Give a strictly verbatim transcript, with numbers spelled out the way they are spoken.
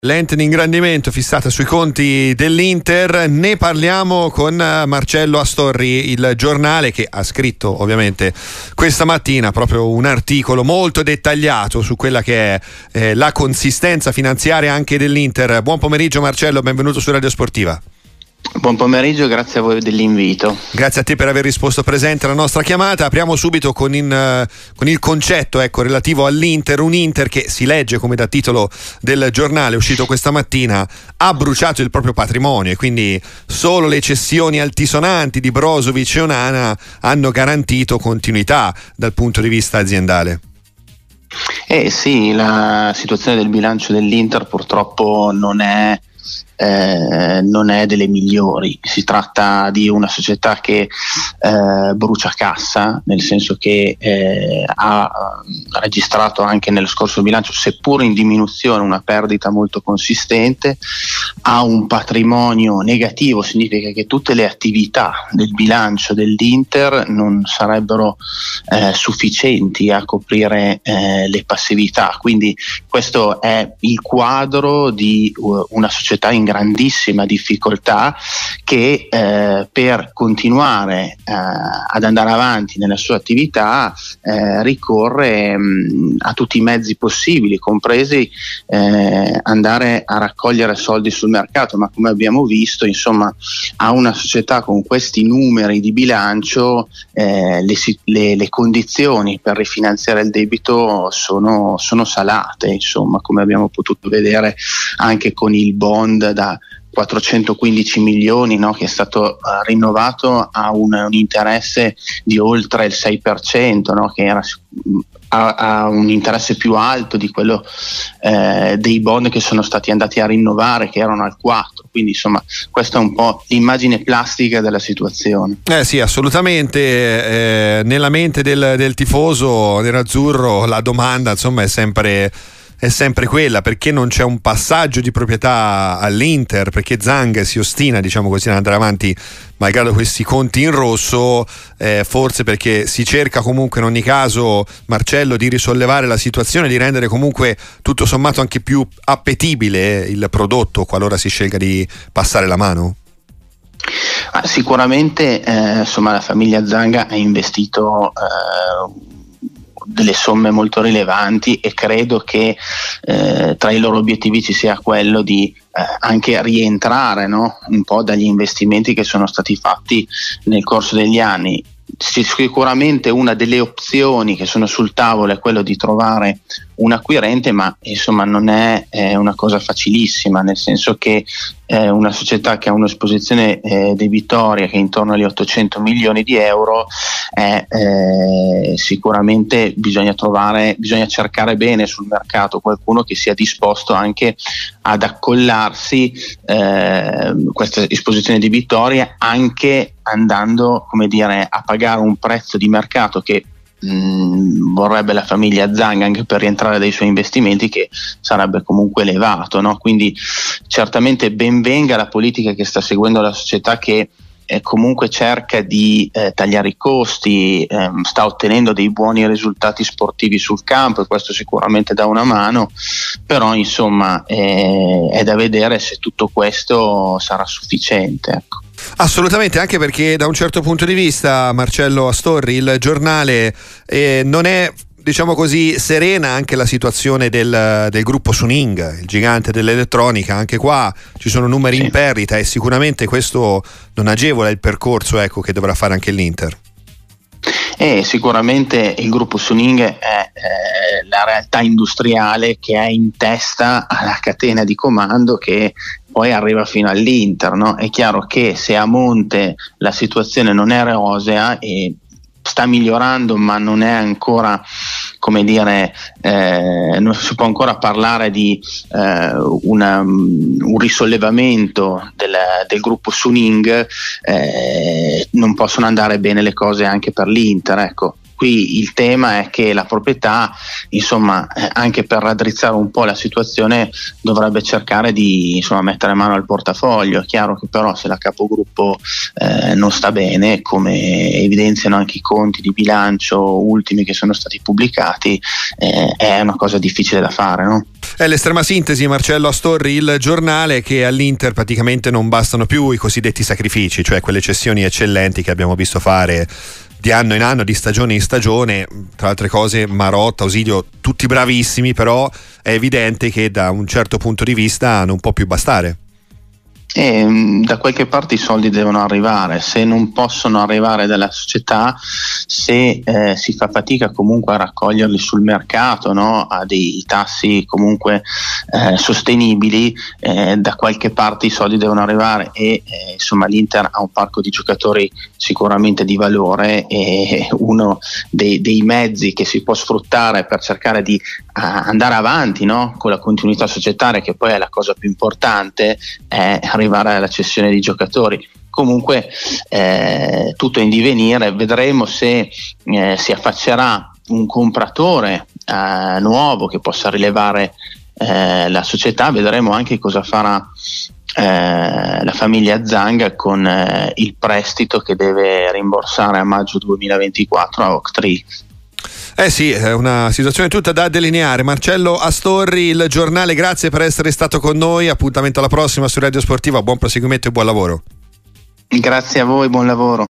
Lente di ingrandimento fissata sui conti dell'Inter. Ne parliamo con Marcello Astorri, il giornale che ha scritto ovviamente questa mattina proprio un articolo molto dettagliato su quella che è eh, la consistenza finanziaria anche dell'Inter. Buon pomeriggio Marcello, benvenuto su Radio Sportiva. Buon pomeriggio, grazie a voi dell'invito. Grazie a te per aver risposto presente alla nostra chiamata. Apriamo subito con, in, uh, con il concetto ecco, relativo all'Inter, un Inter che si legge come da titolo del giornale uscito questa mattina, ha bruciato il proprio patrimonio e quindi solo le cessioni altisonanti di Brozovic e Onana hanno garantito continuità dal punto di vista aziendale. Eh sì, la situazione del bilancio dell'Inter purtroppo non è Eh, non è delle migliori. Si tratta di una società che eh, brucia cassa, nel senso che eh, ha registrato anche nello scorso bilancio, seppur in diminuzione, una perdita molto consistente, ha un patrimonio negativo, significa che tutte le attività del bilancio dell'Inter non sarebbero eh, sufficienti a coprire eh, le passività, quindi questo è il quadro di uh, una società in grandissima difficoltà che eh, per continuare eh, ad andare avanti nella sua attività eh, ricorre mh, a tutti i mezzi possibili, compresi eh, andare a raccogliere soldi sul mercato, ma come abbiamo visto insomma a una società con questi numeri di bilancio eh, le, le, le condizioni per rifinanziare il debito sono, sono salate, insomma, come abbiamo potuto vedere anche con il bond da quattrocentoquindici milioni, no, che è stato uh, rinnovato a un, un interesse di oltre il sei per cento, no, che era a, a un interesse più alto di quello eh, dei bond che sono stati andati a rinnovare, che erano al quattro, quindi insomma questa è un po' l'immagine plastica della situazione. Eh sì, assolutamente. Eh, nella mente del, del tifoso nerazzurro la domanda insomma è sempre è sempre quella: perché non c'è un passaggio di proprietà all'Inter, perché Zhang si ostina, diciamo così, ad andare avanti malgrado questi conti in rosso, eh, forse perché si cerca comunque in ogni caso, Marcello, di risollevare la situazione, di rendere comunque tutto sommato anche più appetibile il prodotto qualora si scelga di passare la mano? Ah, sicuramente eh, insomma la famiglia Zhang ha investito eh, delle somme molto rilevanti e credo che eh, tra i loro obiettivi ci sia quello di eh, anche rientrare, no? Un po' dagli investimenti che sono stati fatti nel corso degli anni. Sicuramente una delle opzioni che sono sul tavolo è quello di trovare un acquirente, ma insomma non è eh, una cosa facilissima, nel senso che eh, una società che ha un'esposizione eh, debitoria che è intorno agli ottocento milioni di euro è eh, sicuramente bisogna trovare, bisogna cercare bene sul mercato qualcuno che sia disposto anche ad accollarsi eh, questa esposizione debitoria, anche andando, come dire, a pagare un prezzo di mercato che mh, vorrebbe la famiglia Zhang anche per rientrare dai suoi investimenti, che sarebbe comunque elevato, no? Quindi certamente ben venga la politica che sta seguendo la società, che eh, comunque cerca di eh, tagliare i costi, eh, sta ottenendo dei buoni risultati sportivi sul campo e questo sicuramente dà una mano, però insomma eh, è da vedere se tutto questo sarà sufficiente, ecco. Assolutamente, anche perché da un certo punto di vista, Marcello Astorri, il giornale eh, non è, diciamo così, serena anche la situazione del, del gruppo Suning, il gigante dell'elettronica. Anche qua ci sono numeri sì. in perdita e sicuramente questo non agevola il percorso, ecco, che dovrà fare anche l'Inter. E sicuramente il gruppo Suning è eh, la realtà industriale che è in testa alla catena di comando che poi arriva fino all'Inter, no? È chiaro che se a monte la situazione non è rosea e sta migliorando, ma non è ancora, come dire, eh, non si può ancora parlare di eh, una, un risollevamento del, del gruppo Suning, eh, non possono andare bene le cose anche per l'Inter, ecco. qui il tema è che la proprietà, insomma, eh, anche per raddrizzare un po' la situazione, dovrebbe cercare di, insomma, mettere mano al portafoglio. È chiaro che però se la capogruppo eh, non sta bene, come evidenziano anche i conti di bilancio ultimi che sono stati pubblicati, eh, è una cosa difficile da fare, no? È l'estrema sintesi, Marcello Astorri, il giornale, che all'Inter praticamente non bastano più i cosiddetti sacrifici, cioè quelle cessioni eccellenti che abbiamo visto fare di anno in anno, di stagione in stagione. Tra altre cose Marotta, Ausilio, tutti bravissimi, però è evidente che da un certo punto di vista non può più bastare. E da qualche parte i soldi devono arrivare. Se non possono arrivare dalla società, se eh, si fa fatica comunque a raccoglierli sul mercato, no? A dei tassi comunque eh, sostenibili, eh, da qualche parte i soldi devono arrivare e eh, insomma l'Inter ha un parco di giocatori sicuramente di valore, e uno dei, dei mezzi che si può sfruttare per cercare di uh, andare avanti, no? Con la continuità societaria, che poi è la cosa più importante, è arrivare alla cessione di giocatori. Comunque eh, tutto è in divenire, vedremo se eh, si affaccerà un compratore eh, nuovo che possa rilevare eh, la società, vedremo anche cosa farà eh, la famiglia Zang con eh, il prestito che deve rimborsare a maggio duemilaventiquattro a Oaktree. Eh sì, è una situazione tutta da delineare. Marcello Astorri, il giornale, grazie per essere stato con noi. Appuntamento alla prossima su Radio Sportiva, buon proseguimento e buon lavoro. Grazie a voi, buon lavoro.